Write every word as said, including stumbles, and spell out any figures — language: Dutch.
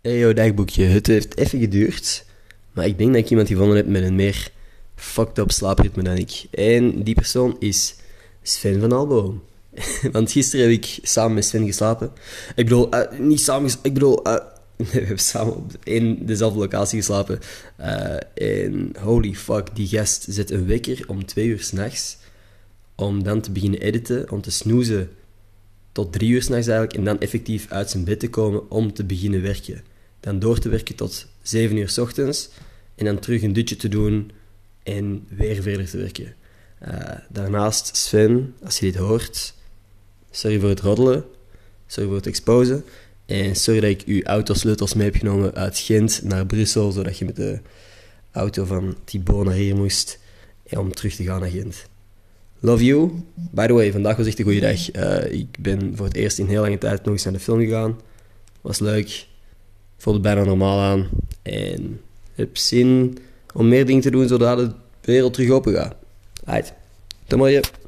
Hey, jouw dagboekje. Het heeft even geduurd, maar ik denk dat ik iemand gevonden heb met een meer fucked up slaapritme dan ik. En die persoon is Sven van Alboom. Want gisteren heb ik samen met Sven geslapen. Ik bedoel, uh, niet samen geslapen, ik bedoel... Uh, we hebben samen op één dezelfde locatie geslapen. Uh, en holy fuck, die gast zet een wekker om twee uur 's nachts om dan te beginnen editen, om te snoezen tot drie uur 's nachts eigenlijk, en dan effectief uit zijn bed te komen om te beginnen werken. Dan door te werken tot zeven uur 's ochtends en dan terug een dutje te doen en weer verder te werken. Uh, daarnaast, Sven, als je dit hoort, sorry voor het roddelen, sorry voor het exposen, en sorry dat ik uw autosleutels mee heb genomen uit Gent naar Brussel, zodat je met de auto van Thibaut naar hier moest en om terug te gaan naar Gent. Love you. By the way, vandaag was echt een goede dag. Uh, ik ben voor het eerst in heel lange tijd nog eens naar de film gegaan. Was leuk. Voelde bijna normaal aan. En heb zin om meer dingen te doen zodat de wereld terug open gaat. Alright. Tot morgen.